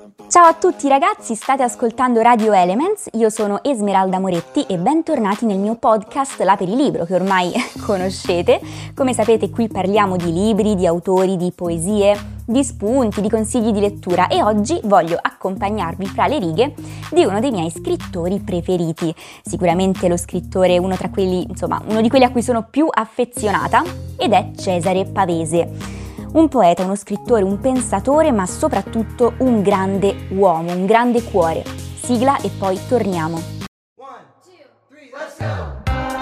Ciao a tutti ragazzi, state ascoltando Radio Elements, io sono Esmeralda Moretti e bentornati nel mio podcast La Perilibro, che ormai conoscete. Come sapete qui parliamo di libri, di autori, di poesie, di spunti, di consigli di lettura e oggi voglio accompagnarvi fra le righe di uno dei miei scrittori preferiti. Sicuramente lo scrittore, uno di quelli a cui sono più affezionata, ed è Cesare Pavese. Un poeta, uno scrittore, un pensatore, ma soprattutto un grande uomo, un grande cuore. Sigla e poi torniamo. 1, 2, 3, let's go!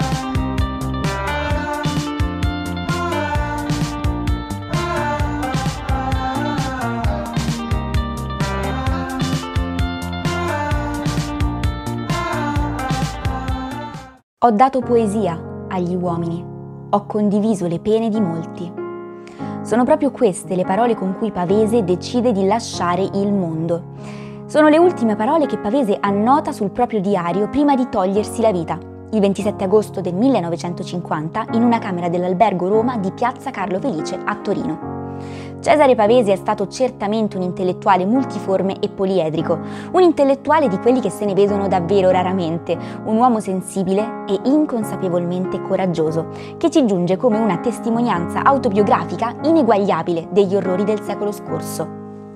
Ho dato poesia agli uomini, ho condiviso le pene di molti. Sono proprio queste le parole con cui Pavese decide di lasciare il mondo. Sono le ultime parole che Pavese annota sul proprio diario prima di togliersi la vita, il 27 agosto del 1950, in una camera dell'albergo Roma di Piazza Carlo Felice a Torino. Cesare Pavese è stato certamente un intellettuale multiforme e poliedrico, un intellettuale di quelli che se ne vedono davvero raramente, un uomo sensibile e inconsapevolmente coraggioso, che ci giunge come una testimonianza autobiografica ineguagliabile degli orrori del secolo scorso.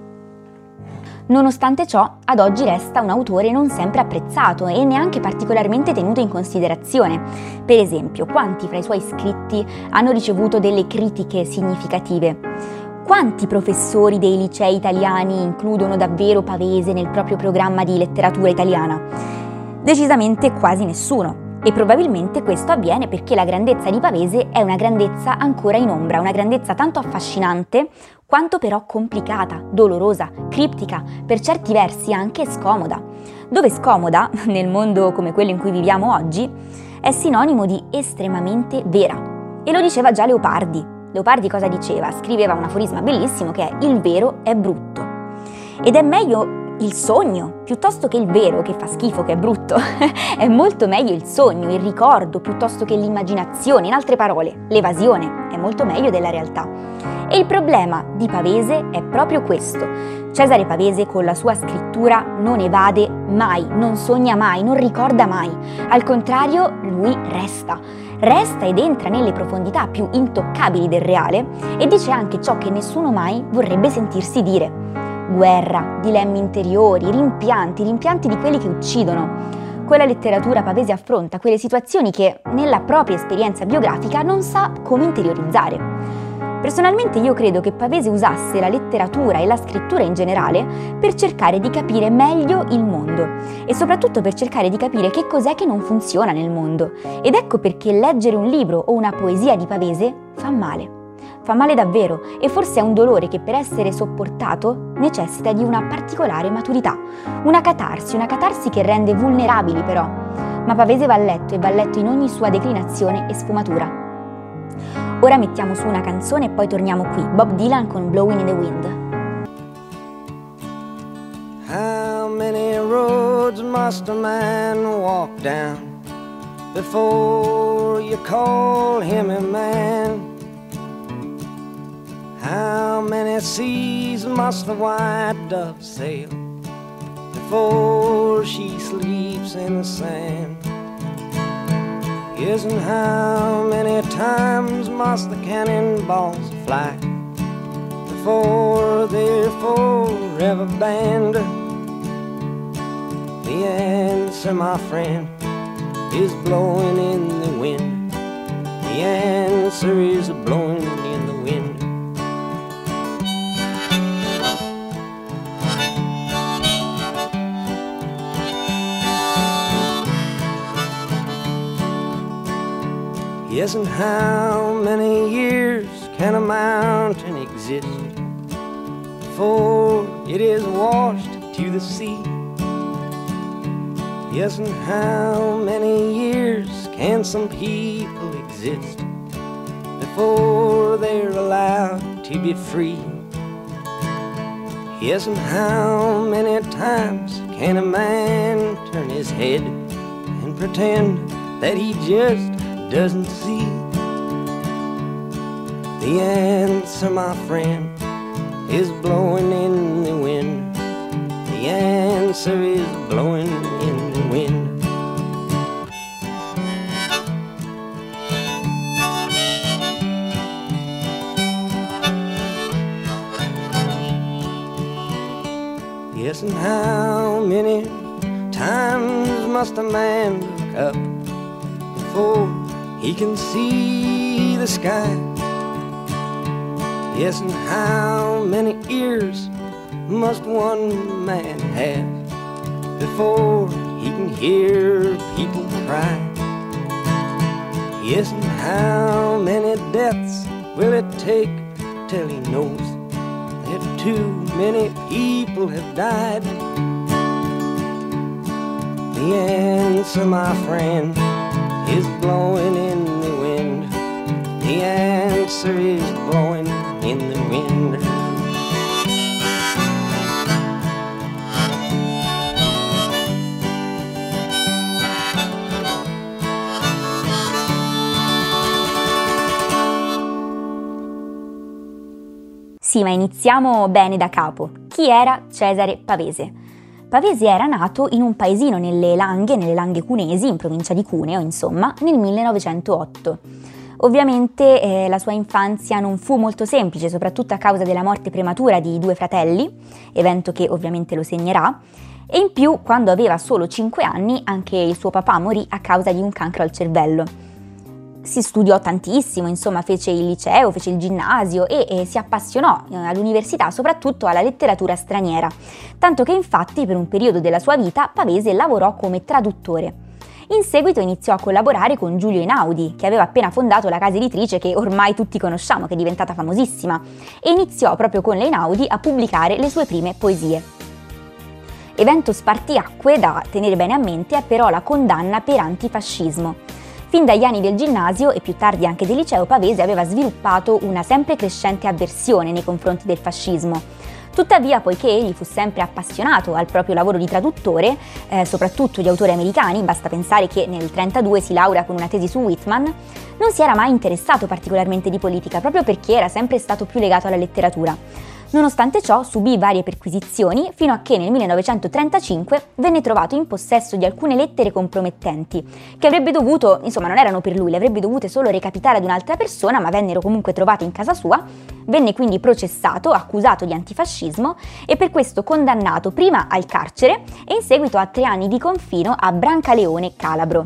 Nonostante ciò, ad oggi resta un autore non sempre apprezzato e neanche particolarmente tenuto in considerazione. Per esempio, quanti fra i suoi scritti hanno ricevuto delle critiche significative? Quanti professori dei licei italiani includono davvero Pavese nel proprio programma di letteratura italiana? Decisamente quasi nessuno. E probabilmente questo avviene perché la grandezza di Pavese è una grandezza ancora in ombra, una grandezza tanto affascinante quanto però complicata, dolorosa, criptica, per certi versi anche scomoda. Dove scomoda, nel mondo come quello in cui viviamo oggi, è sinonimo di estremamente vera. E lo diceva già Leopardi. Leopardi cosa diceva? Scriveva un aforisma bellissimo che è «Il vero è brutto». Ed è meglio il sogno piuttosto che il vero, che fa schifo, che è brutto. È molto meglio il sogno, il ricordo, piuttosto che l'immaginazione. In altre parole, l'evasione è molto meglio della realtà. E il problema di Pavese è proprio questo. Cesare Pavese con la sua scrittura non evade mai, non sogna mai, non ricorda mai. Al contrario, lui resta ed entra nelle profondità più intoccabili del reale e dice anche ciò che nessuno mai vorrebbe sentirsi dire. Guerra, dilemmi interiori, rimpianti di quelli che uccidono. Con la letteratura Pavese affronta quelle situazioni che nella propria esperienza biografica non sa come interiorizzare. Personalmente io credo che Pavese usasse la letteratura e la scrittura in generale per cercare di capire meglio il mondo e soprattutto per cercare di capire che cos'è che non funziona nel mondo. Ed ecco perché leggere un libro o una poesia di Pavese fa male. Fa male davvero e forse è un dolore che per essere sopportato necessita di una particolare maturità, una catarsi che rende vulnerabili però. Ma Pavese va letto e va letto in ogni sua declinazione e sfumatura. Ora mettiamo su una canzone e poi torniamo qui. Bob Dylan con Blowing in the Wind. How many roads must a man walk down before you call him a man? How many seas must the white dove sail before she sleeps in the sand? Yes, and how many times must the cannonballs fly before they're forever banned? The answer, my friend, is blowing in the wind. The answer is blowing in the wind. Yes, and how many years can a mountain exist before it is washed to the sea? Yes, and how many years can some people exist before they're allowed to be free? Yes, and how many times can a man turn his head and pretend that he just doesn't see? The answer, my friend, is blowing in the wind. answer is blowing in the wind. Yes, and how many times must a man look up before he can see the sky? Yes, and how many ears must one man have before he can hear people cry? Yes, and how many deaths will it take till he knows that too many people have died? The answer, my friend, is blowing in the wind. The answer is blowing in the wind. Sì, ma iniziamo bene da capo. Chi era Cesare Pavese? Pavese era nato in un paesino nelle Langhe cunesi, in provincia di Cuneo, insomma, nel 1908. Ovviamente la sua infanzia non fu molto semplice, soprattutto a causa della morte prematura di 2 fratelli, evento che ovviamente lo segnerà, e in più, quando aveva solo 5 anni, anche il suo papà morì a causa di un cancro al cervello. Si studiò tantissimo, insomma, fece il liceo, fece il ginnasio e si appassionò all'università soprattutto alla letteratura straniera, tanto che infatti per un periodo della sua vita Pavese lavorò come traduttore. In seguito iniziò a collaborare con Giulio Einaudi, che aveva appena fondato la casa editrice che ormai tutti conosciamo, che è diventata famosissima, e iniziò proprio con l'Einaudi a pubblicare le sue prime poesie. Evento spartiacque da tenere bene a mente è però la condanna per antifascismo. Fin dagli anni del ginnasio e più tardi anche del liceo, Pavese aveva sviluppato una sempre crescente avversione nei confronti del fascismo. Tuttavia, poiché egli fu sempre appassionato al proprio lavoro di traduttore, soprattutto di autori americani, basta pensare che nel 1932 si laurea con una tesi su Whitman, non si era mai interessato particolarmente di politica, proprio perché era sempre stato più legato alla letteratura. Nonostante ciò, subì varie perquisizioni fino a che nel 1935 venne trovato in possesso di alcune lettere compromettenti, che avrebbe dovuto, insomma non erano per lui, le avrebbe dovute solo recapitare ad un'altra persona, ma vennero comunque trovate in casa sua. Venne quindi processato, accusato di antifascismo e per questo condannato prima al carcere e in seguito a 3 anni di confino a Brancaleone Calabro.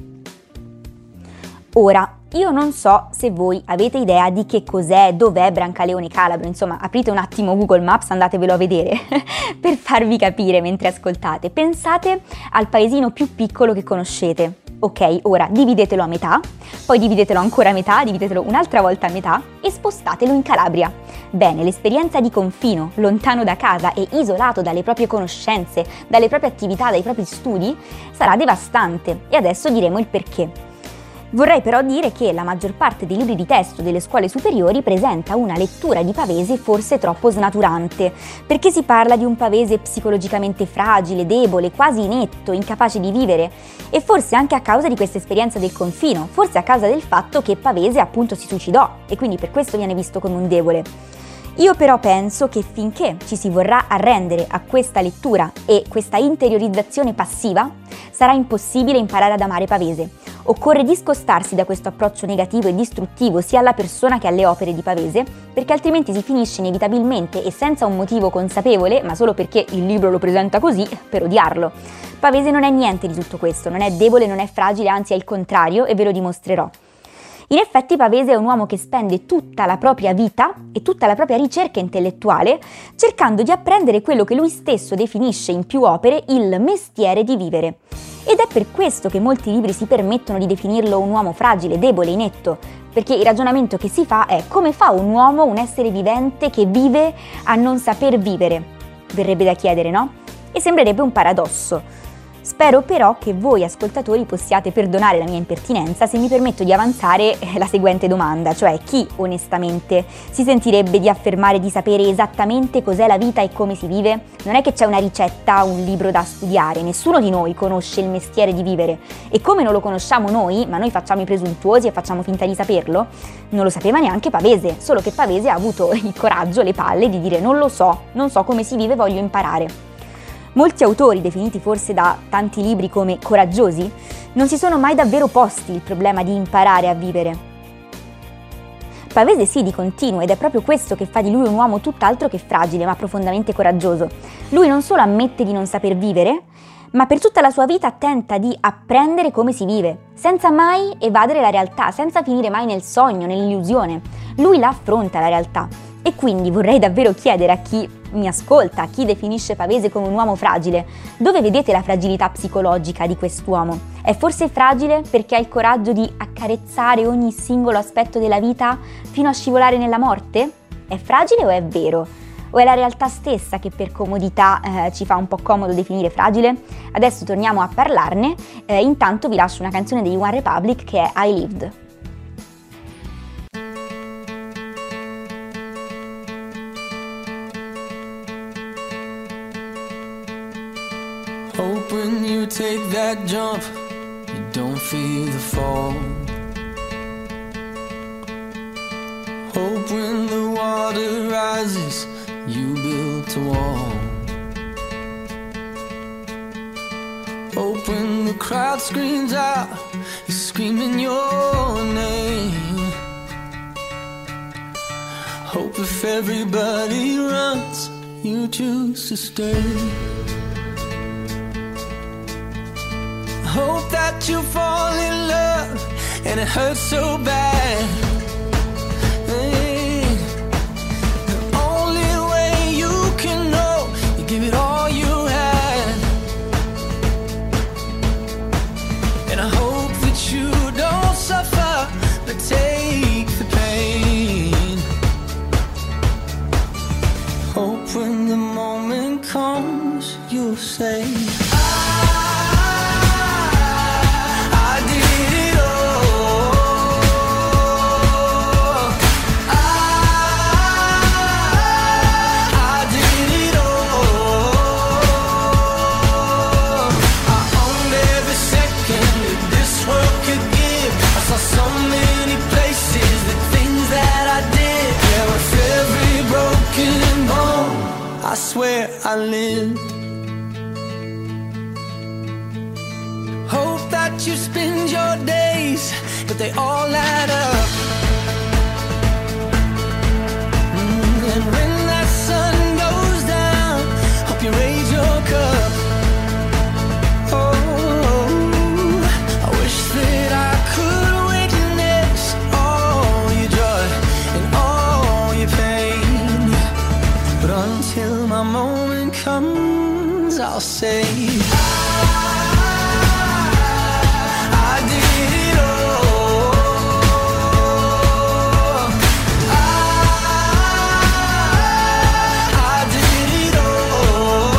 Ora, io non so se voi avete idea di che cos'è, dov'è Brancaleone Calabro, insomma aprite un attimo Google Maps, andatevelo a vedere per farvi capire mentre ascoltate. Pensate al paesino più piccolo che conoscete. Ok, ora dividetelo a metà, poi dividetelo ancora a metà, dividetelo un'altra volta a metà e spostatelo in Calabria. Bene, l'esperienza di confino, lontano da casa e isolato dalle proprie conoscenze, dalle proprie attività, dai propri studi, sarà devastante e adesso diremo il perché. Vorrei però dire che la maggior parte dei libri di testo delle scuole superiori presenta una lettura di Pavese forse troppo snaturante, perché si parla di un Pavese psicologicamente fragile, debole, quasi inetto, incapace di vivere, e forse anche a causa di questa esperienza del confino, forse a causa del fatto che Pavese appunto si suicidò e quindi per questo viene visto come un debole. Io però penso che finché ci si vorrà arrendere a questa lettura e questa interiorizzazione passiva, sarà impossibile imparare ad amare Pavese. Occorre discostarsi da questo approccio negativo e distruttivo sia alla persona che alle opere di Pavese, perché altrimenti si finisce inevitabilmente e senza un motivo consapevole, ma solo perché il libro lo presenta così, per odiarlo. Pavese non è niente di tutto questo, non è debole, non è fragile, anzi è il contrario e ve lo dimostrerò. In effetti Pavese è un uomo che spende tutta la propria vita e tutta la propria ricerca intellettuale cercando di apprendere quello che lui stesso definisce in più opere il mestiere di vivere. Ed è per questo che molti libri si permettono di definirlo un uomo fragile, debole, inetto, perché il ragionamento che si fa è: come fa un uomo, un essere vivente che vive, a non saper vivere? Verrebbe da chiedere, no? E sembrerebbe un paradosso. Spero però che voi ascoltatori possiate perdonare la mia impertinenza se mi permetto di avanzare la seguente domanda, cioè chi onestamente si sentirebbe di affermare di sapere esattamente cos'è la vita e come si vive? Non è che c'è una ricetta, un libro da studiare, nessuno di noi conosce il mestiere di vivere e come non lo conosciamo noi, ma noi facciamo i presuntuosi e facciamo finta di saperlo, non lo sapeva neanche Pavese, solo che Pavese ha avuto il coraggio, le palle di dire non lo so, non so come si vive, voglio imparare. Molti autori, definiti forse da tanti libri come coraggiosi, non si sono mai davvero posti il problema di imparare a vivere. Pavese sì, di continuo, ed è proprio questo che fa di lui un uomo tutt'altro che fragile, ma profondamente coraggioso. Lui non solo ammette di non saper vivere, ma per tutta la sua vita tenta di apprendere come si vive, senza mai evadere la realtà, senza finire mai nel sogno, nell'illusione. Lui la affronta la realtà. E quindi vorrei davvero chiedere a chi mi ascolta, a chi definisce Pavese come un uomo fragile, dove vedete la fragilità psicologica di quest'uomo? È forse fragile perché ha il coraggio di accarezzare ogni singolo aspetto della vita fino a scivolare nella morte? È fragile o è vero? O è la realtà stessa che per comodità ci fa un po' comodo definire fragile? Adesso torniamo a parlarne, intanto vi lascio una canzone degli One Republic che è I Lived. Hope when you take that jump, you don't feel the fall. Hope when the water rises, you built a wall. Hope when the crowd screams out, you're screaming your name. Hope if everybody runs, you choose to stay. Hope that you fall in love and it hurts so bad. Hey, the only way you can know, you give it all you had. And I hope that you don't suffer, but take the pain. Hope when the moment comes, you'll say, I swear I lived. Hope that you spend your days, but they all add up. And when that sun goes down, hope you raise your cup. Oh, I wish that I could witness all your joy and all your pain, but until my moment comes, I'll say I did it all. I did it all.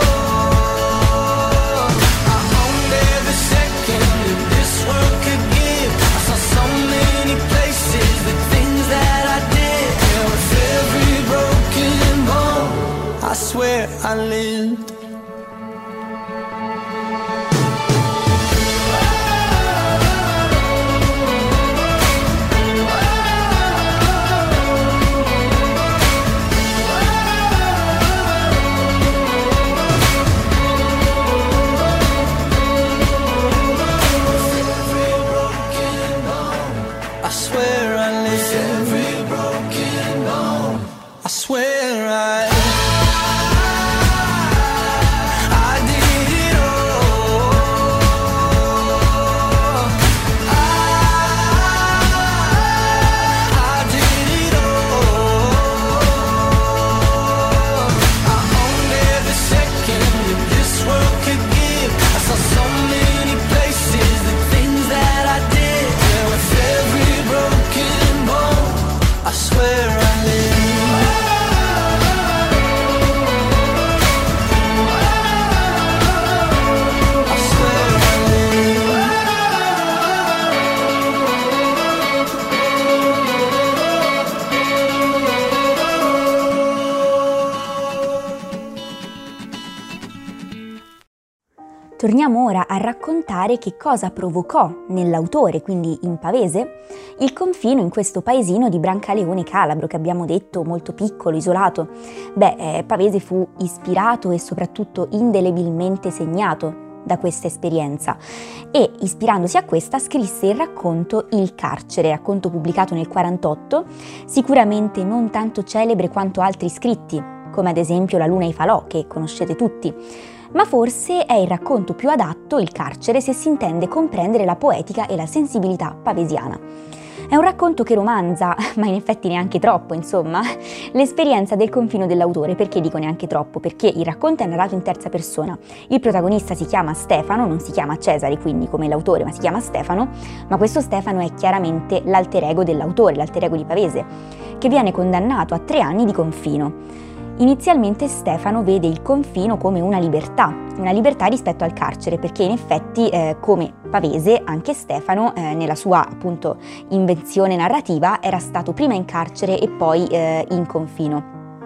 I owned every second that this world could give. I saw so many places, the things that I did. Yeah, with every broken bone, I swear I lived. I swear I lived. Every broken bone, I swear I Torniamo ora a raccontare che cosa provocò nell'autore, quindi in Pavese, il confino in questo paesino di Brancaleone Calabro, che abbiamo detto molto piccolo, isolato. Pavese fu ispirato e soprattutto indelebilmente segnato da questa esperienza e, ispirandosi a questa, scrisse il racconto Il carcere, racconto pubblicato nel 1948, sicuramente non tanto celebre quanto altri scritti, come ad esempio La luna e i falò, che conoscete tutti. Ma forse è il racconto più adatto, Il carcere, se si intende comprendere la poetica e la sensibilità pavesiana. È un racconto che romanza, ma in effetti neanche troppo, insomma, l'esperienza del confino dell'autore. Perché dico neanche troppo? Perché il racconto è narrato in terza persona. Il protagonista si chiama Stefano, non si chiama Cesare, quindi come l'autore, ma si chiama Stefano, ma questo Stefano è chiaramente l'alter ego dell'autore, l'alter ego di Pavese, che viene condannato a 3 anni di confino. Inizialmente Stefano vede il confino come una libertà rispetto al carcere, perché in effetti come Pavese anche Stefano nella sua appunto invenzione narrativa era stato prima in carcere e poi in confino.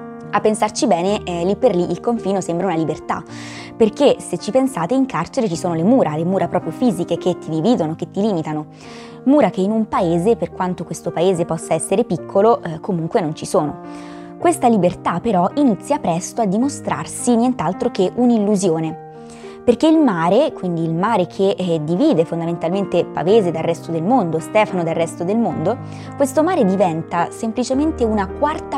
A pensarci bene, lì per lì il confino sembra una libertà, perché se ci pensate in carcere ci sono le mura proprio fisiche che ti dividono, che ti limitano. Mura che in un paese, per quanto questo paese possa essere piccolo, comunque non ci sono. Questa libertà però inizia presto a dimostrarsi nient'altro che un'illusione, perché il mare, quindi il mare che divide fondamentalmente Pavese dal resto del mondo, Stefano dal resto del mondo, questo mare diventa semplicemente una quarta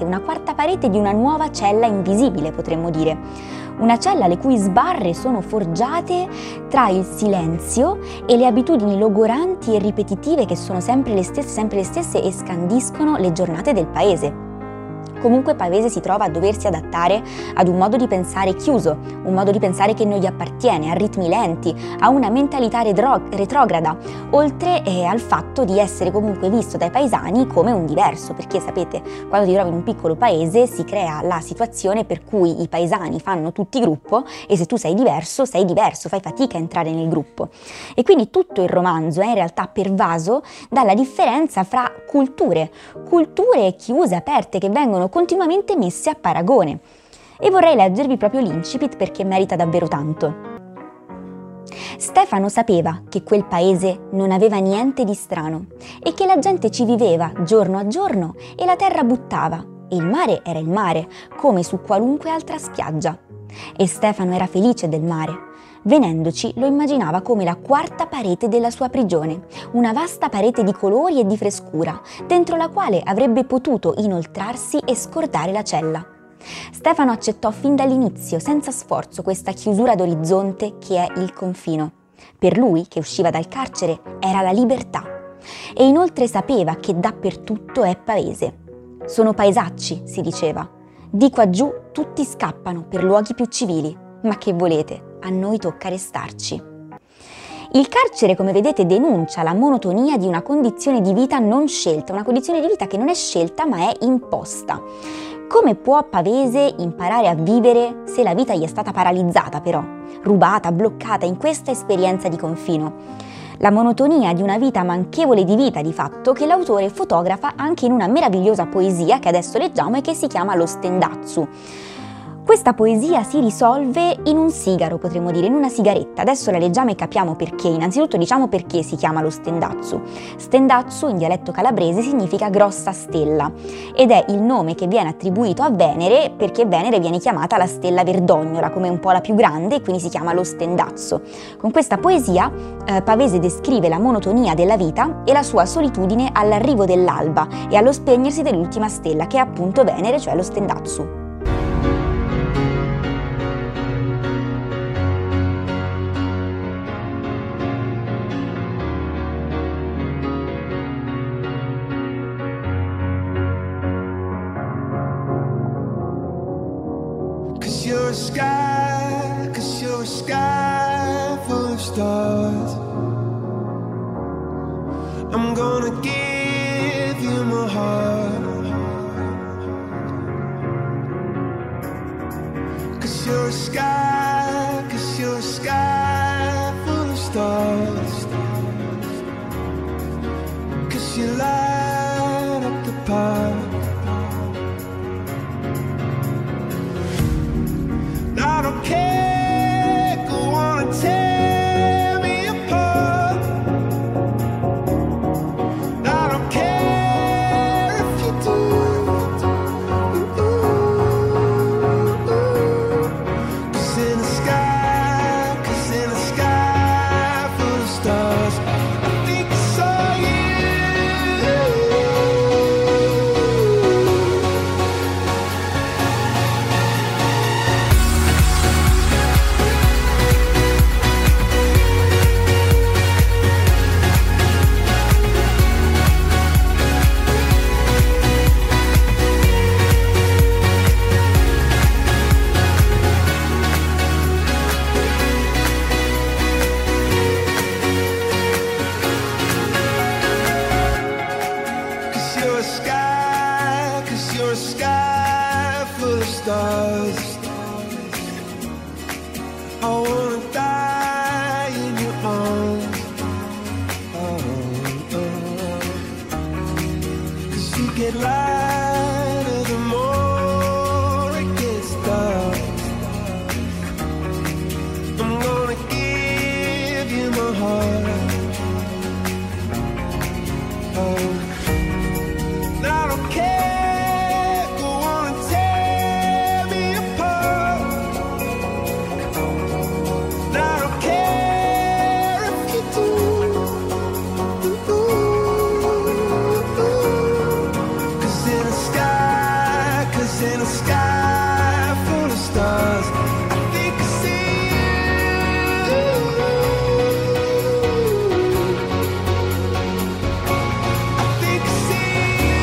parete di una nuova cella invisibile, potremmo dire. Una cella le cui sbarre sono forgiate tra il silenzio e le abitudini logoranti e ripetitive che sono sempre le stesse e scandiscono le giornate del paese. Comunque Pavese si trova a doversi adattare ad un modo di pensare chiuso, un modo di pensare che non gli appartiene, a ritmi lenti, a una mentalità retrograda, oltre al fatto di essere comunque visto dai paesani come un diverso, perché sapete, quando ti trovi in un piccolo paese si crea la situazione per cui i paesani fanno tutti gruppo e se tu sei diverso, fai fatica a entrare nel gruppo. E quindi tutto il romanzo è in realtà pervaso dalla differenza fra culture chiuse, aperte, che vengono continuamente messe a paragone. E vorrei leggervi proprio l'incipit perché merita davvero tanto. Stefano sapeva che quel paese non aveva niente di strano e che la gente ci viveva giorno a giorno e la terra buttava e il mare era il mare, come su qualunque altra spiaggia. E Stefano era felice del mare. Venendoci lo immaginava come la quarta parete della sua prigione, una vasta parete di colori e di frescura, dentro la quale avrebbe potuto inoltrarsi e scordare la cella. Stefano accettò fin dall'inizio, senza sforzo, questa chiusura d'orizzonte che è il confino. Per lui, che usciva dal carcere, era la libertà. E inoltre sapeva che dappertutto è Pavese. Sono paesacci, si diceva. Di qua giù tutti scappano per luoghi più civili. Ma che volete? A noi tocca restarci. Il carcere, come vedete, denuncia la monotonia di una condizione di vita non scelta, una condizione di vita che non è scelta ma è imposta. Come può Pavese imparare a vivere se la vita gli è stata paralizzata però, rubata, bloccata in questa esperienza di confino? La monotonia di una vita manchevole di vita di fatto che l'autore fotografa anche in una meravigliosa poesia che adesso leggiamo e che si chiama Lo Stendazzu. Questa poesia si risolve in un sigaro, potremmo dire, in una sigaretta. Adesso la leggiamo e capiamo perché. Innanzitutto diciamo perché si chiama Lo Stendazzu. Stendazzu in dialetto calabrese significa grossa stella ed è il nome che viene attribuito a Venere perché Venere viene chiamata la stella verdognola, come un po' la più grande, e quindi si chiama Lo Stendazzo. Con questa poesia Pavese descrive la monotonia della vita e la sua solitudine all'arrivo dell'alba e allo spegnersi dell'ultima stella, che è appunto Venere, cioè Lo Stendazzu. Cause you're a sky full of stars. I'm gonna give you my heart. Cause you're a sky full of stars. Cause you light up the park. I don't care, go on and sky, 'cause in a sky full of stars, I think I saw you. You're a sky full of stars. I wanna die in your arms. Cause you get lighter the more it gets dark. I'm gonna give you my heart. I don't care. In a sky full of stars, I think I see you. I think I see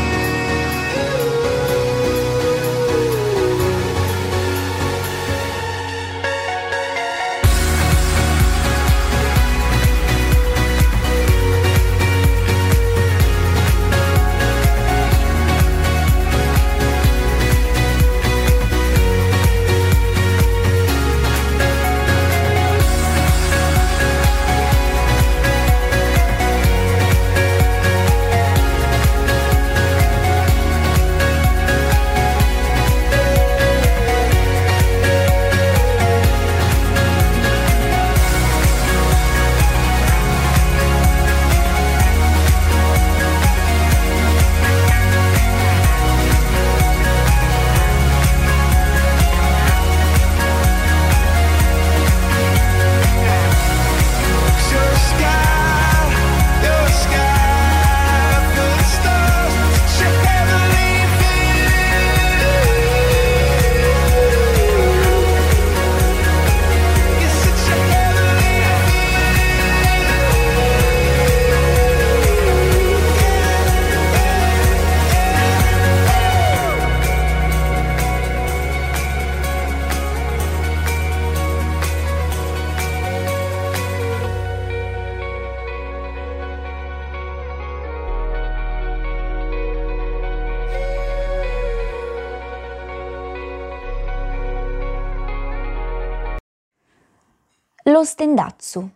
Lo Stendatsu.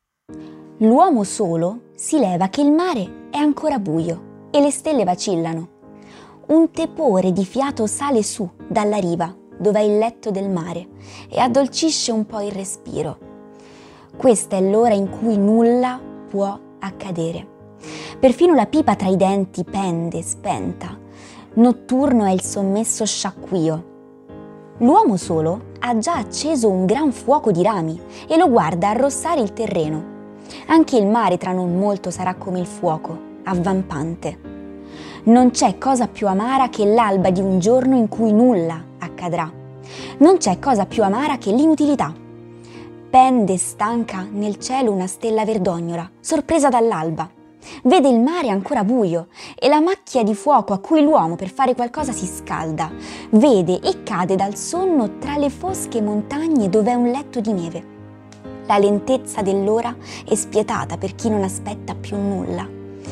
L'uomo solo si leva che il mare è ancora buio e le stelle vacillano. Un tepore di fiato sale su dalla riva, dove è il letto del mare, e addolcisce un po' il respiro. Questa è l'ora in cui nulla può accadere. Perfino la pipa tra i denti pende, spenta. Notturno è il sommesso sciacquio. L'uomo solo ha già acceso un gran fuoco di rami e lo guarda arrossare il terreno. Anche il mare tra non molto sarà come il fuoco, avvampante. Non c'è cosa più amara che l'alba di un giorno in cui nulla accadrà. Non c'è cosa più amara che l'inutilità. Pende stanca nel cielo una stella verdognola, sorpresa dall'alba. Vede il mare ancora buio e la macchia di fuoco a cui l'uomo per fare qualcosa si scalda. Vede e cade dal sonno tra le fosche montagne dove è un letto di neve. La lentezza dell'ora è spietata per chi non aspetta più nulla.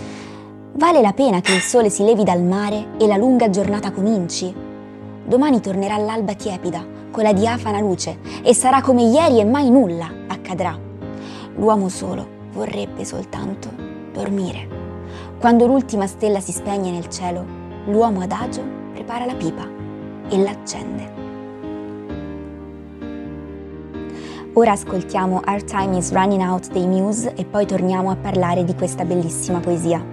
Vale la pena che il sole si levi dal mare e la lunga giornata cominci? Domani tornerà l'alba tiepida, con la diafana luce, e sarà come ieri e mai nulla accadrà. L'uomo solo vorrebbe soltanto dormire. Quando l'ultima stella si spegne nel cielo, l'uomo adagio prepara la pipa e l'accende. Ora ascoltiamo Our Time is Running Out dei Muse e poi torniamo a parlare di questa bellissima poesia.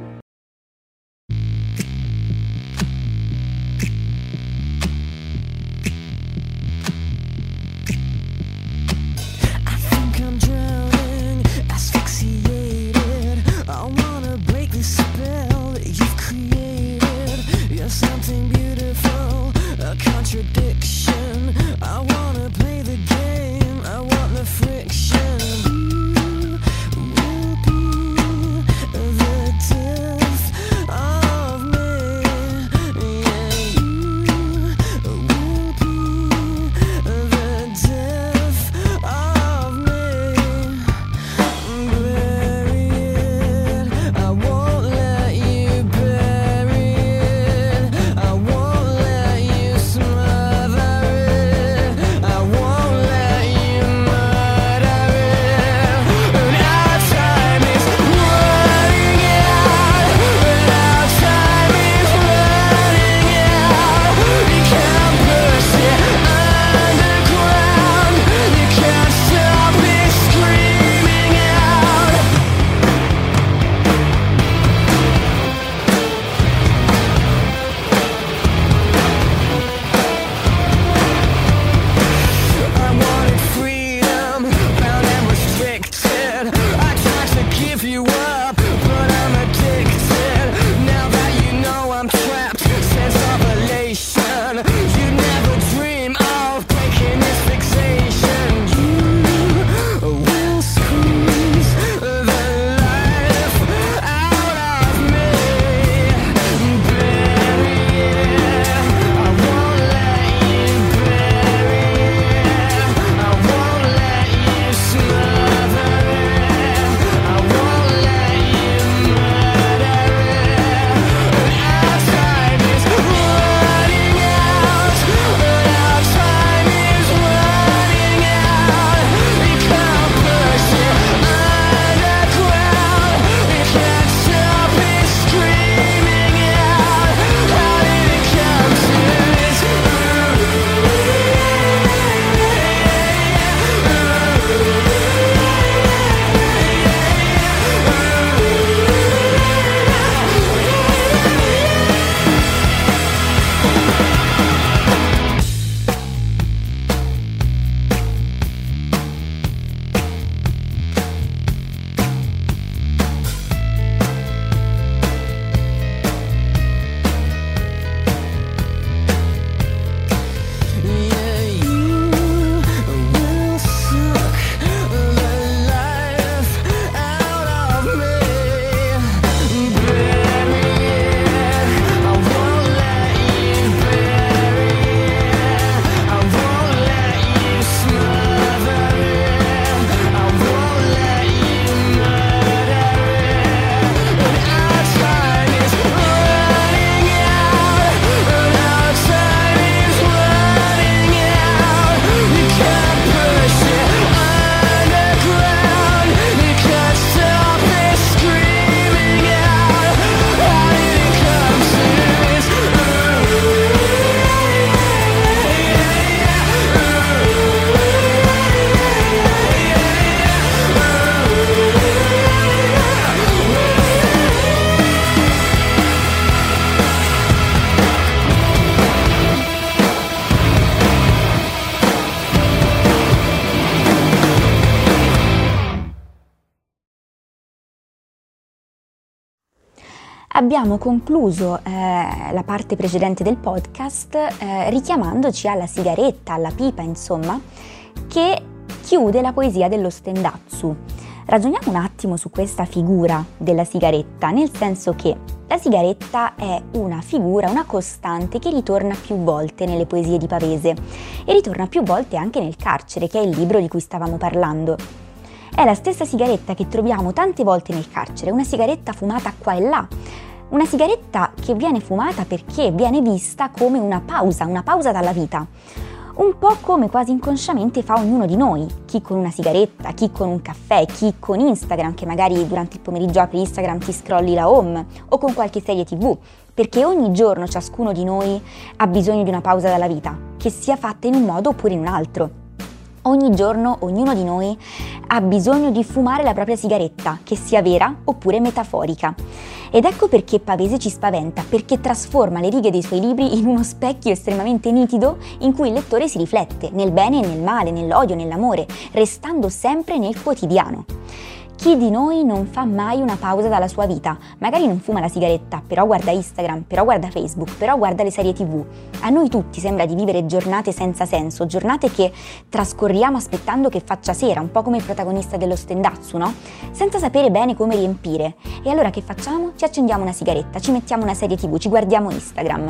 abbiamo concluso la parte precedente del podcast richiamandoci alla sigaretta, alla pipa, insomma, che chiude la poesia dello Stendatsu. Ragioniamo un attimo su questa figura della sigaretta, nel senso che la sigaretta è una figura, una costante che ritorna più volte nelle poesie di Pavese e ritorna più volte anche nel Carcere, che è il libro di cui stavamo parlando. È la stessa sigaretta che troviamo tante volte nel carcere, una sigaretta fumata qua e là, una sigaretta che viene fumata perché viene vista come una pausa dalla vita. Un po' come quasi inconsciamente fa ognuno di noi, chi con una sigaretta, chi con un caffè, chi con Instagram, che magari durante il pomeriggio apri Instagram, ti scrolli la home, o con qualche serie TV, perché ogni giorno ciascuno di noi ha bisogno di una pausa dalla vita, che sia fatta in un modo oppure in un altro. Ogni giorno ognuno di noi ha bisogno di fumare la propria sigaretta, che sia vera oppure metaforica. Ed ecco perché Pavese ci spaventa, perché trasforma le righe dei suoi libri in uno specchio estremamente nitido in cui il lettore si riflette, nel bene e nel male, nell'odio, nell'amore, restando sempre nel quotidiano. Chi di noi non fa mai una pausa dalla sua vita? Magari non fuma la sigaretta, però guarda Instagram, però guarda Facebook, però guarda le serie TV. A noi tutti sembra di vivere giornate senza senso, giornate che trascorriamo aspettando che faccia sera, un po' come il protagonista dello Stendatsu, no? Senza sapere bene come riempire. E allora che facciamo? Ci accendiamo una sigaretta, ci mettiamo una serie TV, ci guardiamo Instagram.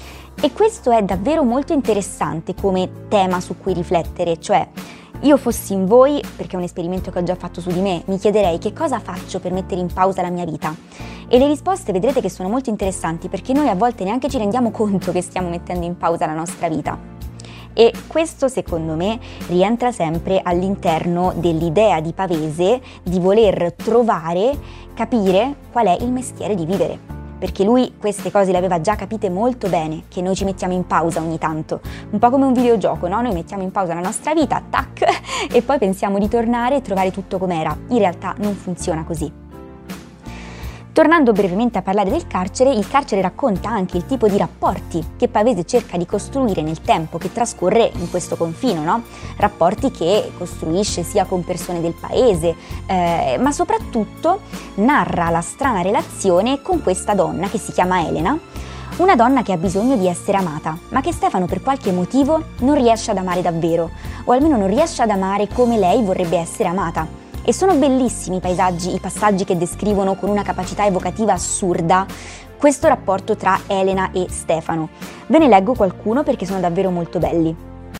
E questo è davvero molto interessante come tema su cui riflettere, cioè io fossi in voi, perché è un esperimento che ho già fatto su di me, mi chiederei che cosa faccio per mettere in pausa la mia vita. E le risposte vedrete che sono molto interessanti, perché noi a volte neanche ci rendiamo conto che stiamo mettendo in pausa la nostra vita. E questo secondo me rientra sempre all'interno dell'idea di Pavese di voler trovare, capire qual è il mestiere di vivere. Perché lui queste cose le aveva già capite molto bene, che noi ci mettiamo in pausa ogni tanto, un po' come un videogioco, no? Noi mettiamo in pausa la nostra vita, tac, e poi pensiamo di tornare e trovare tutto com'era. In realtà non funziona così. Tornando brevemente a parlare del carcere, il carcere racconta anche il tipo di rapporti che Pavese cerca di costruire nel tempo che trascorre in questo confino, no? Rapporti che costruisce sia con persone del paese, ma soprattutto narra la strana relazione con questa donna che si chiama Elena, una donna che ha bisogno di essere amata, ma che Stefano per qualche motivo non riesce ad amare davvero, o almeno non riesce ad amare come lei vorrebbe essere amata. E sono bellissimi i passaggi che descrivono con una capacità evocativa assurda questo rapporto tra Elena e Stefano. Ve ne leggo qualcuno perché sono davvero molto belli.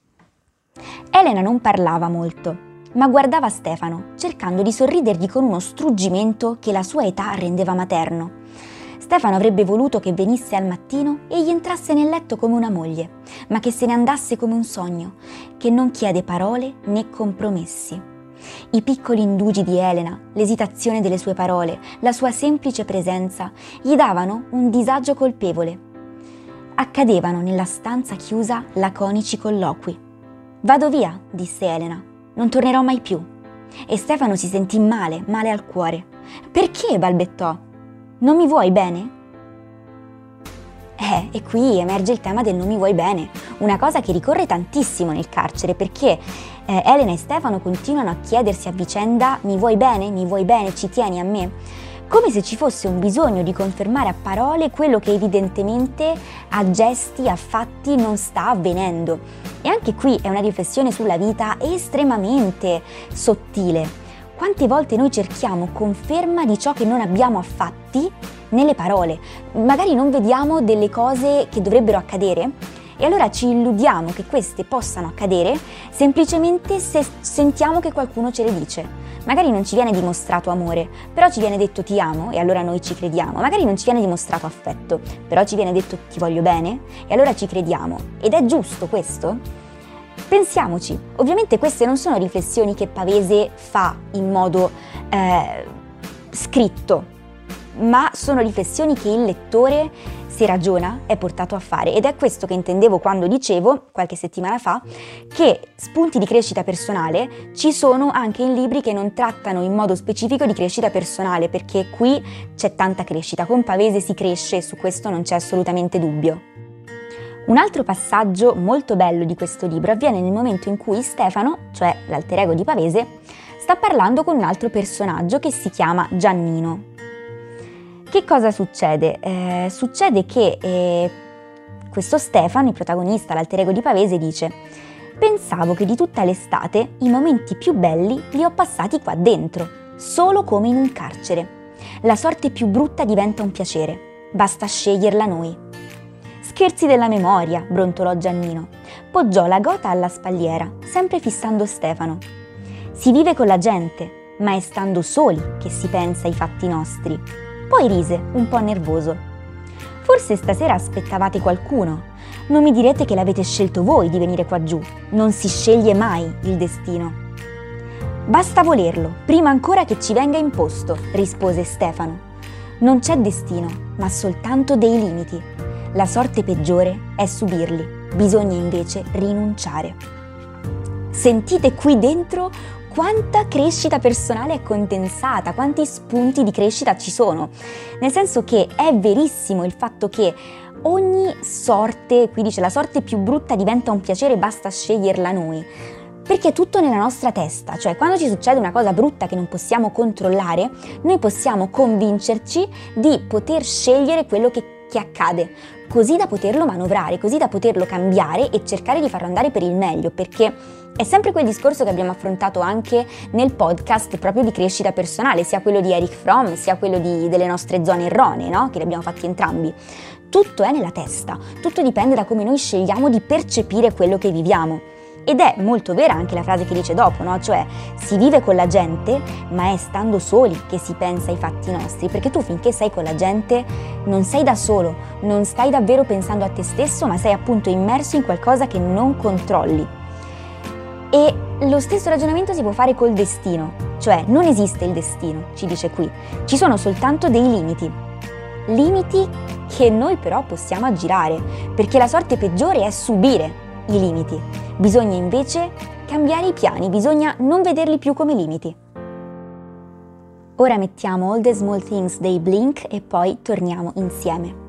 Elena non parlava molto, ma guardava Stefano, cercando di sorridergli con uno struggimento che la sua età rendeva materno. Stefano avrebbe voluto che venisse al mattino e gli entrasse nel letto come una moglie, ma che se ne andasse come un sogno, che non chiede parole né compromessi. I piccoli indugi di Elena, l'esitazione delle sue parole, la sua semplice presenza gli davano un disagio colpevole. Accadevano nella stanza chiusa laconici colloqui. «Vado via», disse Elena, «non tornerò mai più». E Stefano si sentì male al cuore. «Perché?» balbettò. «Non mi vuoi bene?» E qui emerge il tema del non mi vuoi bene, una cosa che ricorre tantissimo nel carcere, perché Elena e Stefano continuano a chiedersi a vicenda mi vuoi bene, ci tieni a me? Come se ci fosse un bisogno di confermare a parole quello che evidentemente a gesti, a fatti non sta avvenendo. E anche qui è una riflessione sulla vita estremamente sottile. Quante volte noi cerchiamo conferma di ciò che non abbiamo a fatti nelle parole, magari non vediamo delle cose che dovrebbero accadere e allora ci illudiamo che queste possano accadere semplicemente se sentiamo che qualcuno ce le dice. Magari non ci viene dimostrato amore, però ci viene detto ti amo e allora noi ci crediamo. Magari non ci viene dimostrato affetto, però ci viene detto ti voglio bene e allora ci crediamo. Ed è giusto questo? Pensiamoci. Ovviamente queste non sono riflessioni che Pavese fa in modo scritto, ma sono riflessioni che il lettore, se ragiona, è portato a fare. Ed è questo che intendevo quando dicevo, qualche settimana fa, che spunti di crescita personale ci sono anche in libri che non trattano in modo specifico di crescita personale, perché qui c'è tanta crescita. Con Pavese si cresce e su questo non c'è assolutamente dubbio. Un altro passaggio molto bello di questo libro avviene nel momento in cui Stefano, cioè l'alter ego di Pavese, sta parlando con un altro personaggio che si chiama Giannino. Che cosa succede? Succede che questo Stefano, il protagonista, l'alter ego di Pavese, dice: pensavo che di tutta l'estate i momenti più belli li ho passati qua dentro, solo come in un carcere. La sorte più brutta diventa un piacere, basta sceglierla noi. Scherzi della memoria, brontolò Giannino. Poggiò la gota alla spalliera, sempre fissando Stefano. Si vive con la gente, ma è stando soli che si pensa ai fatti nostri. Poi rise, un po' nervoso. Forse stasera aspettavate qualcuno. Non mi direte che l'avete scelto voi di venire qua giù. Non si sceglie mai il destino. Basta volerlo, prima ancora che ci venga imposto, rispose Stefano. Non c'è destino, ma soltanto dei limiti. La sorte peggiore è subirli, bisogna invece rinunciare. Sentite qui dentro quanta crescita personale è condensata, quanti spunti di crescita ci sono. Nel senso che è verissimo il fatto che ogni sorte, qui dice la sorte più brutta diventa un piacere, basta sceglierla noi. Perché è tutto nella nostra testa, cioè quando ci succede una cosa brutta che non possiamo controllare, noi possiamo convincerci di poter scegliere quello che accade, così da poterlo manovrare, così da poterlo cambiare e cercare di farlo andare per il meglio, perché è sempre quel discorso che abbiamo affrontato anche nel podcast proprio di crescita personale, sia quello di Erich Fromm, sia quello delle nostre zone erronee, no? Che li abbiamo fatti entrambi. Tutto è nella testa, tutto dipende da come noi scegliamo di percepire quello che viviamo. Ed è molto vera anche la frase che dice dopo, no? Cioè, si vive con la gente, ma è stando soli che si pensa ai fatti nostri, perché tu finché sei con la gente non sei da solo, non stai davvero pensando a te stesso, ma sei appunto immerso in qualcosa che non controlli. E lo stesso ragionamento si può fare col destino, cioè non esiste il destino, ci dice qui, ci sono soltanto dei limiti che noi però possiamo aggirare, perché la sorte peggiore è subire i limiti. Bisogna invece cambiare i piani, bisogna non vederli più come limiti. Ora mettiamo All the Small Things dei Blink e poi torniamo insieme.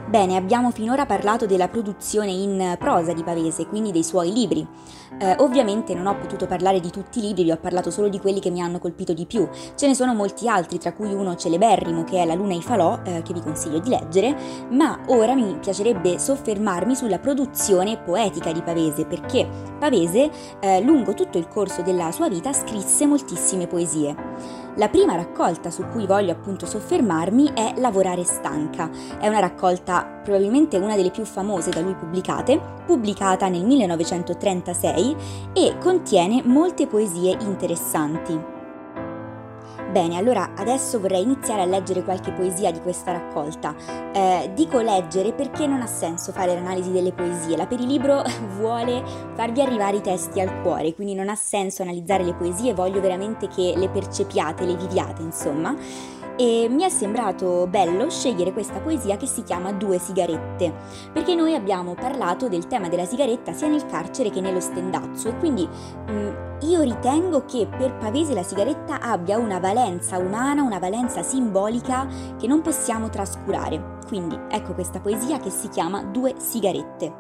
Bene, abbiamo finora parlato della produzione in prosa di Pavese, quindi dei suoi libri. Ovviamente non ho potuto parlare di tutti i libri, vi ho parlato solo di quelli che mi hanno colpito di più. Ce ne sono molti altri, tra cui uno celeberrimo che è La Luna e i falò, che vi consiglio di leggere, ma ora mi piacerebbe soffermarmi sulla produzione poetica di Pavese, perché Pavese, lungo tutto il corso della sua vita, scrisse moltissime poesie. La prima raccolta su cui voglio appunto soffermarmi è Lavorare stanca. È una raccolta probabilmente una delle più famose da lui pubblicate, pubblicata nel 1936 e contiene molte poesie interessanti. Bene, allora adesso vorrei iniziare a leggere qualche poesia di questa raccolta. Dico leggere perché non ha senso fare l'analisi delle poesie. La Perilibro vuole farvi arrivare i testi al cuore, quindi non ha senso analizzare le poesie, voglio veramente che le percepiate, le viviate, insomma. E mi è sembrato bello scegliere questa poesia che si chiama Due sigarette, perché noi abbiamo parlato del tema della sigaretta sia nel carcere che nello stendazzo e quindi io ritengo che per Pavese la sigaretta abbia una valenza umana, una valenza simbolica che non possiamo trascurare. Quindi ecco questa poesia che si chiama Due sigarette.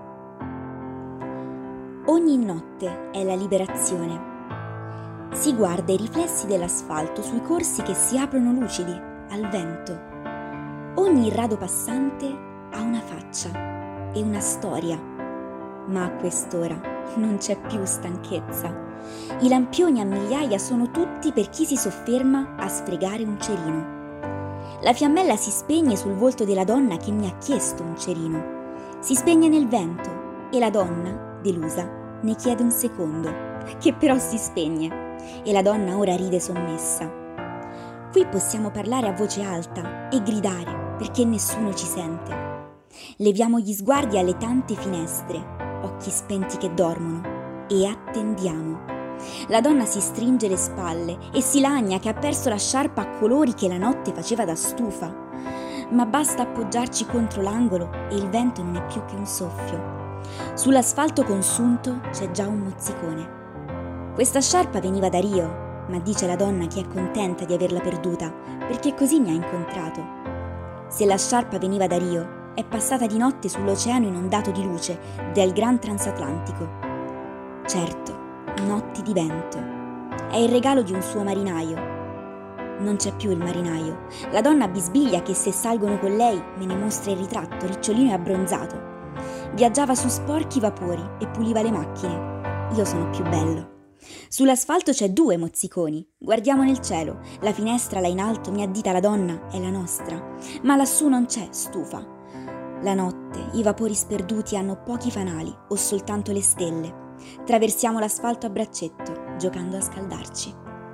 Ogni notte è la liberazione. Si guarda i riflessi dell'asfalto sui corsi che si aprono lucidi al vento. Ogni rado passante ha una faccia e una storia, ma a quest'ora non c'è più stanchezza. I lampioni a migliaia sono tutti per chi si sofferma a sfregare un cerino. La fiammella si spegne sul volto della donna che mi ha chiesto un cerino. Si spegne nel vento e la donna, delusa, ne chiede un secondo, che però si spegne. E la donna ora ride sommessa. Qui possiamo parlare a voce alta e gridare perché nessuno ci sente. Leviamo gli sguardi alle tante finestre, occhi spenti che dormono, e attendiamo. La donna si stringe le spalle e si lagna che ha perso la sciarpa a colori che la notte faceva da stufa. Ma basta appoggiarci contro l'angolo e il vento non è più che un soffio. Sull'asfalto consunto c'è già un mozzicone. Questa sciarpa veniva da Rio, ma dice la donna che è contenta di averla perduta, perché così mi ha incontrato. Se la sciarpa veniva da Rio, è passata di notte sull'oceano inondato di luce del Gran Transatlantico. Certo, notti di vento. È il regalo di un suo marinaio. Non c'è più il marinaio. La donna bisbiglia che se salgono con lei me ne mostra il ritratto, ricciolino e abbronzato. Viaggiava su sporchi vapori e puliva le macchine. Io sono più bello. Sull'asfalto c'è 2 mozziconi. Guardiamo nel cielo. La finestra là in alto mi addita la donna, è la nostra. Ma lassù non c'è stufa. La notte, i vapori sperduti hanno pochi fanali o soltanto le stelle. Traversiamo l'asfalto a braccetto, giocando a scaldarci.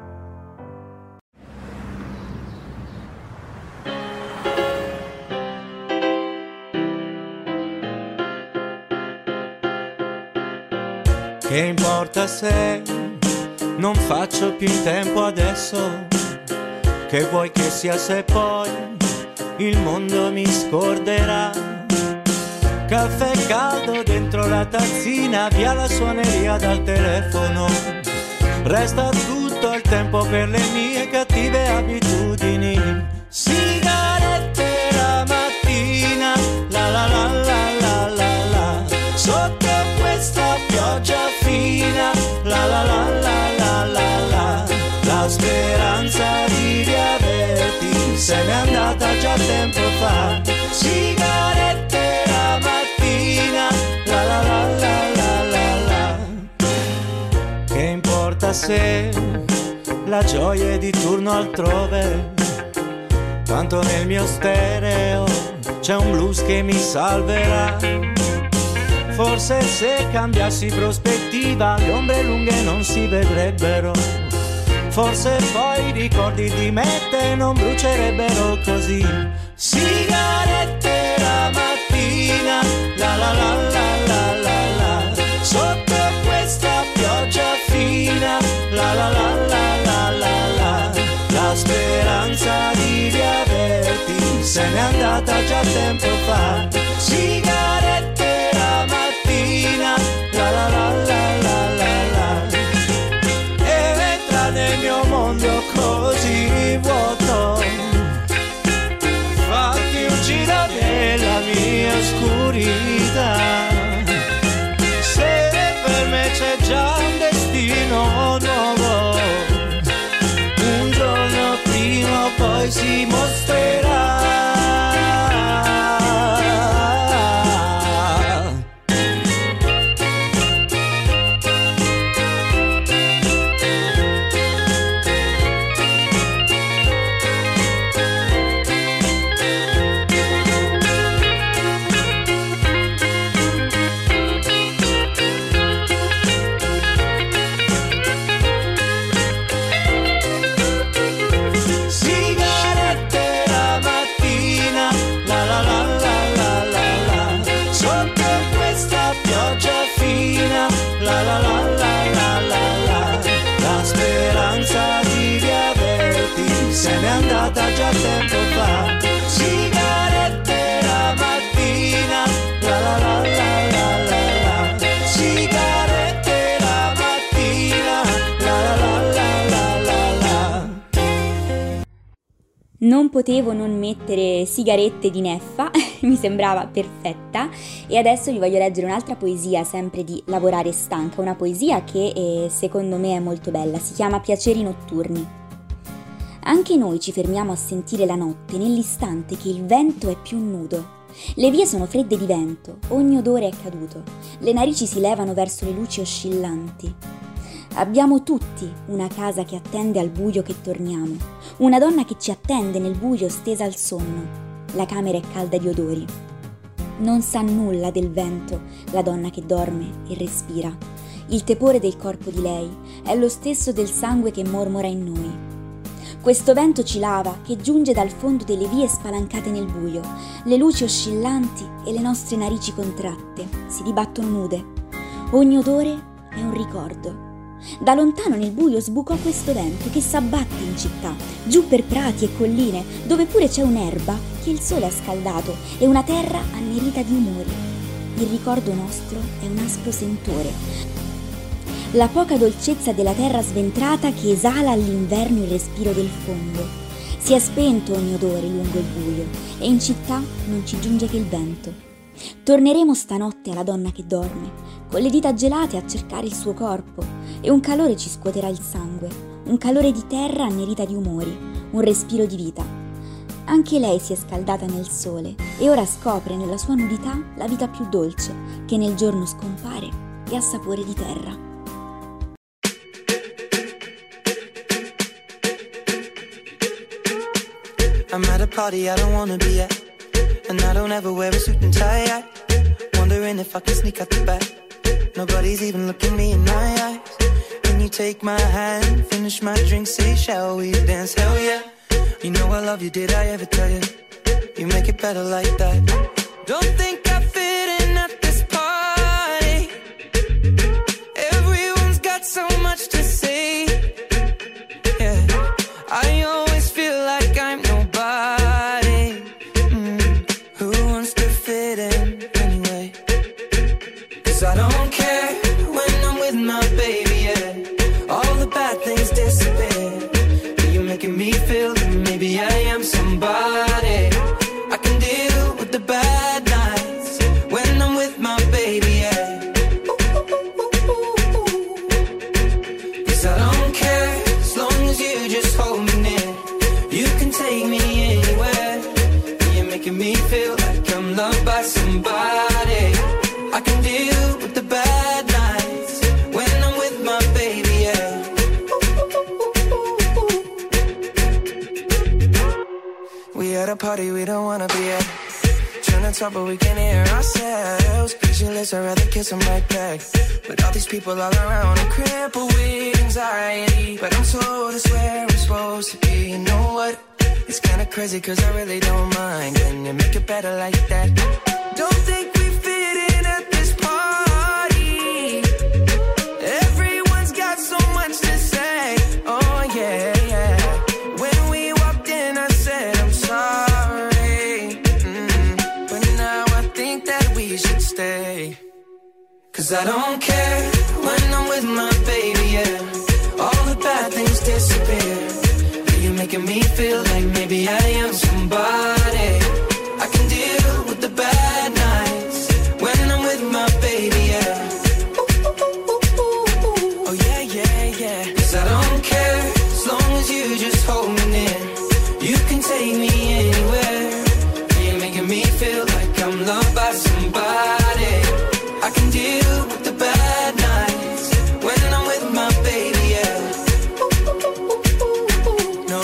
Che importa se non faccio più in tempo adesso? Che vuoi che sia se poi il mondo mi scorderà? Caffè caldo dentro la tazzina, via la suoneria dal telefono. Resta tutto il tempo per le mie cattive abitudini. Sigarette la mattina, la la la la la la la. Sotto questa pioggia fina, la la la la la la la. La speranza di riaverti se n'è andata già tempo fa. Sigarette la mattina, la la la la la la la. Che importa se la gioia è di turno altrove, tanto nel mio stereo c'è un blues che mi salverà. Forse se cambiassi prospettiva le ombre lunghe non si vedrebbero. Forse poi i ricordi di me te non brucierebbero così. Sigarette la mattina, la la la la la la la. Sotto questa pioggia fina, la la la la la la la. La speranza di riaverti se n'è andata già tempo fa. Sigarette la mattina, la la la la la la la. E entra nel mio mondo così vuoto. Fatti un giro nella mia poi si mostrerà. Già tempo fa, sigarette la mattina, la la la la la la la, sigarette la mattina, la la la la la la. Non potevo non mettere Sigarette di Neffa, mi sembrava perfetta, e adesso vi voglio leggere un'altra poesia sempre di Lavorare stanca, una poesia che secondo me è molto bella, si chiama Piaceri notturni. Anche noi ci fermiamo a sentire la notte nell'istante che il vento è più nudo. Le vie sono fredde di vento, ogni odore è caduto, le narici si levano verso le luci oscillanti. Abbiamo tutti una casa che attende al buio che torniamo, una donna che ci attende nel buio stesa al sonno. La camera è calda di odori. Non sa nulla del vento, la donna che dorme e respira. Il tepore del corpo di lei è lo stesso del sangue che mormora in noi. Questo vento ci lava, che giunge dal fondo delle vie spalancate nel buio. Le luci oscillanti e le nostre narici contratte si dibattono nude. Ogni odore è un ricordo. Da lontano nel buio sbucò questo vento che s'abbatte in città, giù per prati e colline, dove pure c'è un'erba che il sole ha scaldato e una terra annerita di umori. Il ricordo nostro è un aspro sentore. La poca dolcezza della terra sventrata che esala all'inverno il respiro del fondo. Si è spento ogni odore lungo il buio e in città non ci giunge che il vento. Torneremo stanotte alla donna che dorme, con le dita gelate a cercare il suo corpo, e un calore ci scuoterà il sangue, un calore di terra annerita di umori, un respiro di vita. Anche lei si è scaldata nel sole e ora scopre nella sua nudità la vita più dolce, che nel giorno scompare e ha sapore di terra. I'm at a party I don't wanna be at, and I don't ever wear a suit and tie. Wondering if I can sneak out the back. Nobody's even looking me in my eyes. When you take my hand, finish my drink, say shall we dance? Hell yeah. You know I love you, did I ever tell you? You make it better like that. Don't think I fit in at this party. Everyone's got so much to say. Yeah, I always feel like I'm nobody. Who wants to fit in anyway? 'Cause I don't care when I'm with my baby, yeah. All the bad things disappear. You're making me feel that maybe I am somebody. I can deal with the bad nights when I'm with my baby, yeah. 'Cause I don't care as long as you just hold me near. You can take me anywhere. You're making me feel like I'm loved by somebody. I can deal with the bad nights when I'm with my baby, yeah. We at a party we don't wanna be at. Trying to talk but we can't hear ourselves. Pictureless, I'd rather kiss them right back. But all these people all around, I'm crippled with anxiety. But I'm told it's where I'm supposed to be. You know what? It's kinda crazy 'cause I really don't mind. Can you make it better like that? Don't think we fit in at this party. Everyone's got so much to say. Oh yeah, yeah. When we walked in I said I'm sorry. But now I think that we should stay. 'Cause I don't care when I'm with my baby, yeah. All the bad things disappear. You're making me feel like maybe I am somebody. I can deal with the bad nights when I'm with my baby, yeah. Oh yeah, yeah, yeah. 'Cause I don't care as long as you just hold me near. You can take me anywhere. You're making me feel like I'm loved by somebody. I can deal with the bad nights when I'm with my baby, yeah. No,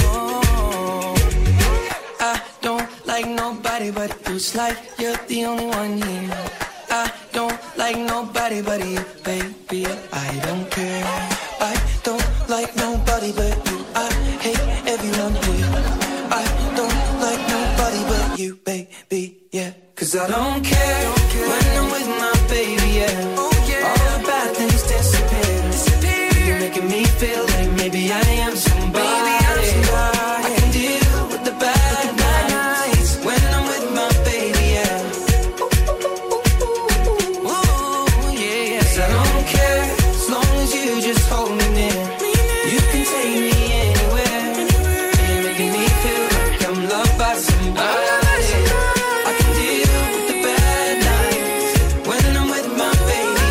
I don't like nobody but you. It's like you're the only one here. I don't like nobody but you, baby. I don't care. I don't like nobody but you. I hate everyone here. I don't like nobody but you, baby, yeah. 'Cause I don't care when I'm with my baby, yeah. All the bad things disappear. You're making me feel like maybe I am somebody. I can deal with the bad nights when I'm with my baby, yeah. Ooh, yeah. 'Cause I don't care as long as you just hold me near. You can take me anywhere. You're making me feel like I'm loved by somebody. I can deal with the bad nights when I'm with my baby,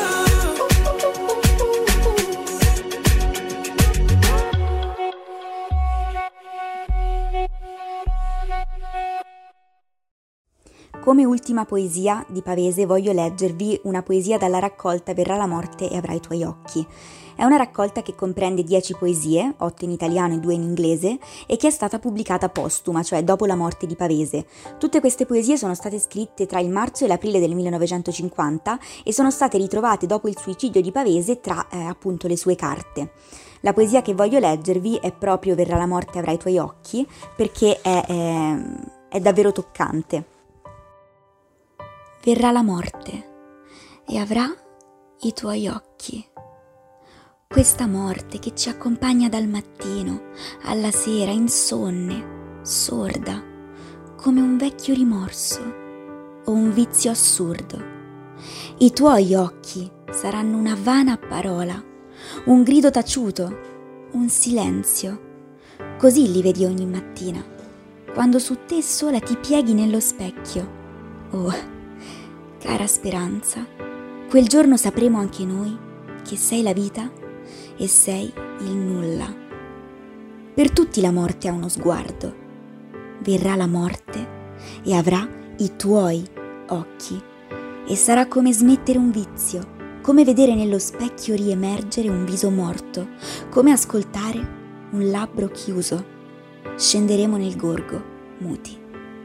Come ultima poesia di Pavese voglio leggervi una poesia dalla raccolta Verrà la morte e avrai i tuoi occhi. È una raccolta che comprende 10 poesie, 8 in italiano e 2 in inglese, e che è stata pubblicata postuma, cioè dopo la morte di Pavese. Tutte queste poesie sono state scritte tra il marzo e l'aprile del 1950 e sono state ritrovate dopo il suicidio di Pavese tra appunto le sue carte. La poesia che voglio leggervi è proprio Verrà la morte e avrai i tuoi occhi, perché è davvero toccante. Verrà la morte e avrà i tuoi occhi. Questa morte che ci accompagna dal mattino alla sera, insonne, sorda, come un vecchio rimorso o un vizio assurdo. I tuoi occhi saranno una vana parola, un grido taciuto, un silenzio. Così li vedi ogni mattina, quando su te sola ti pieghi nello specchio. Oh, cara speranza, quel giorno sapremo anche noi che sei la vita e sei il nulla. Per tutti la morte ha uno sguardo. Verrà la morte e avrà i tuoi occhi e sarà come smettere un vizio, come vedere nello specchio riemergere un viso morto, come ascoltare un labbro chiuso. Scenderemo nel gorgo muti.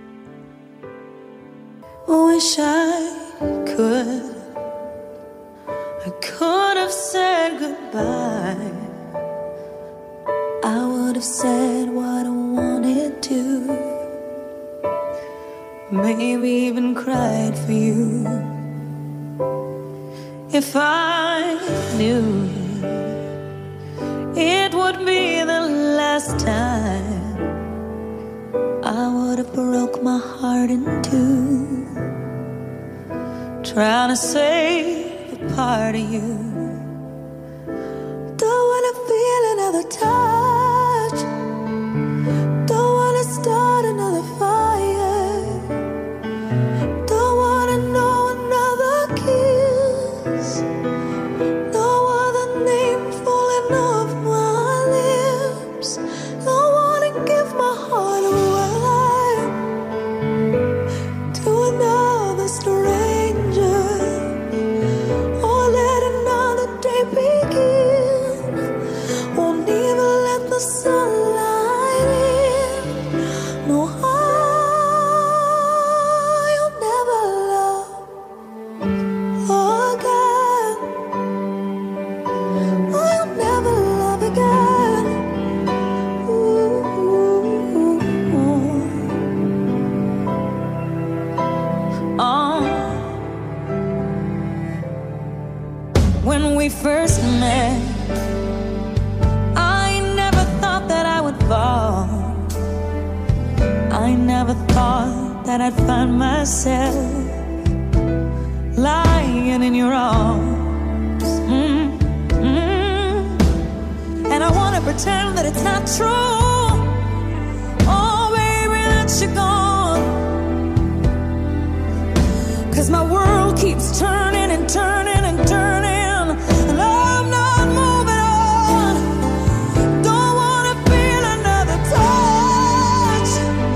Wish I could have said goodbye. I would have said what I wanted to. Maybe even cried for you. If I knew it would be the last time, I would have broke my heart in two, trying to save a part of you. Don't wanna feel another touch, don't wanna start another fire, don't wanna know another kiss, no other name falling off my lips. Don't wanna give my heart away to another stranger, or let another day begin. Won't even let the sunlight in. No, I'll never love again. I'll never love again. When we first met, I never thought that I would fall. I never thought that I'd find myself lying in your arms. And I wanna pretend that it's not true. Oh, baby, that you're gone. 'Cause my world keeps turning and turning and turning, and I'm not moving on. Don't wanna feel another touch,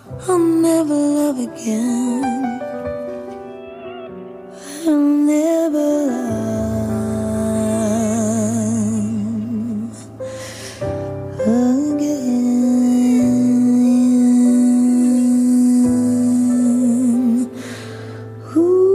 I'll never love again. I'll never love again. Ooh.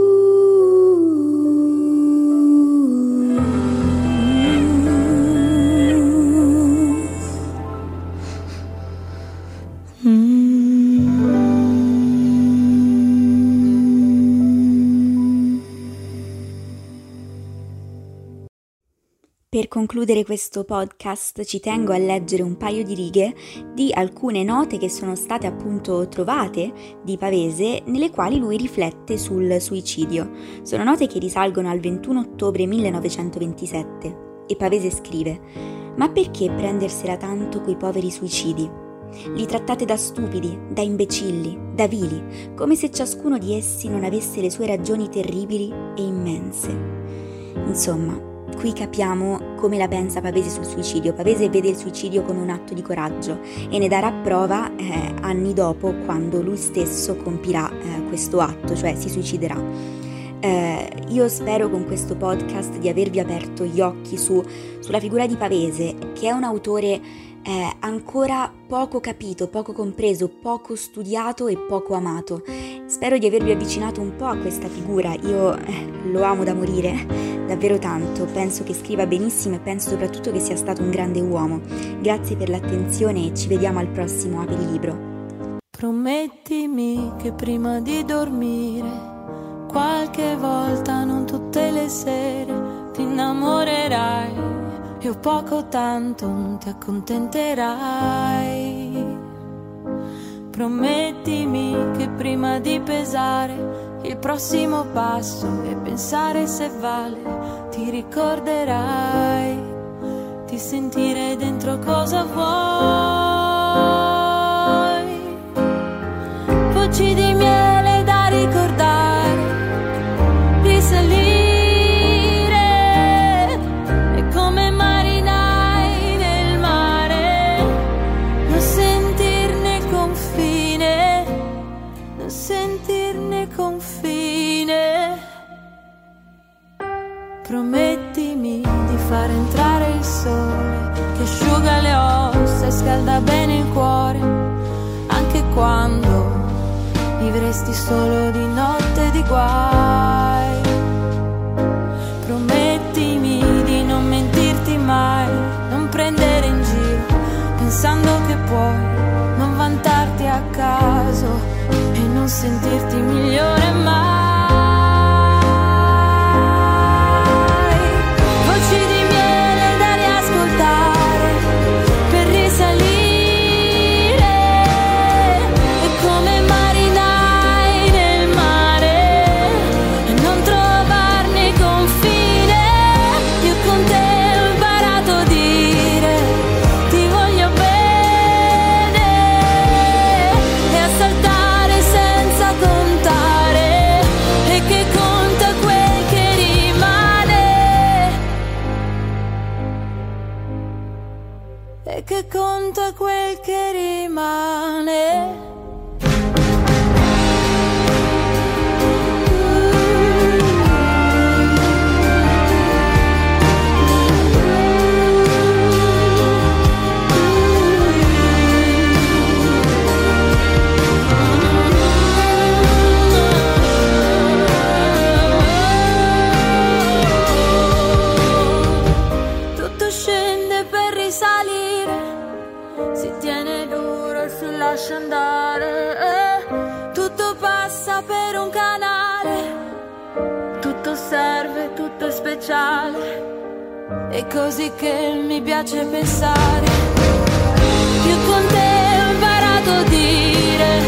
Per concludere questo podcast ci tengo a leggere un paio di righe di alcune note che sono state appunto trovate di Pavese, nelle quali lui riflette sul suicidio. Sono note che risalgono al 21 ottobre 1927 e Pavese scrive: «Ma perché prendersela tanto quei poveri suicidi? Li trattate da stupidi, da imbecilli, da vili, come se ciascuno di essi non avesse le sue ragioni terribili e immense». Insomma, qui capiamo come la pensa Pavese sul suicidio. Pavese vede il suicidio come un atto di coraggio e ne darà prova anni dopo, quando lui stesso compirà questo atto, cioè si suiciderà. Io spero con questo podcast di avervi aperto gli occhi sulla figura di Pavese, che è un autore ancora poco capito, poco compreso, poco studiato e poco amato. Spero di avervi avvicinato un po' a questa figura. Io lo amo da morire, davvero tanto. Penso che scriva benissimo e penso soprattutto che sia stato un grande uomo. Grazie per l'attenzione e ci vediamo al prossimo Apri Libro. Promettimi che prima di dormire, qualche volta, non tutte le sere, ti innamorerai. Io poco o tanto non ti accontenterai. Promettimi che prima di pesare il prossimo passo e pensare se vale, ti ricorderai di sentire dentro cosa vuoi. Voci di miele da ricordare, risalire. Promettimi di far entrare il sole che asciuga le ossa e scalda bene il cuore, anche quando vivresti solo di notte di guai. Promettimi di non mentirti mai, non prendere in giro pensando che puoi, non vantarti a caso e non sentirti migliore mai. Che conta quel che rimane. Tutto scende per risalire, si tiene duro e si lascia andare, tutto passa per un canale, tutto serve, tutto è speciale, è così che mi piace pensare. Più con te ho imparato a dire